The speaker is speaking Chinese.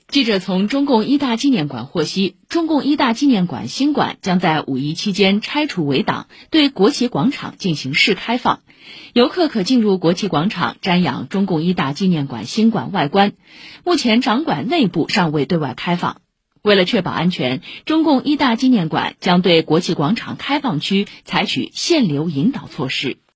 记者从中共一大纪念馆获悉，中共一大纪念馆新馆将在五一期间拆除围挡，对国旗广场进行试开放。游客可进入国旗广场瞻仰中共一大纪念馆新馆外观。目前掌馆内部尚未对外开放。为了确保安全，中共一大纪念馆将对国旗广场开放区采取限流引导措施。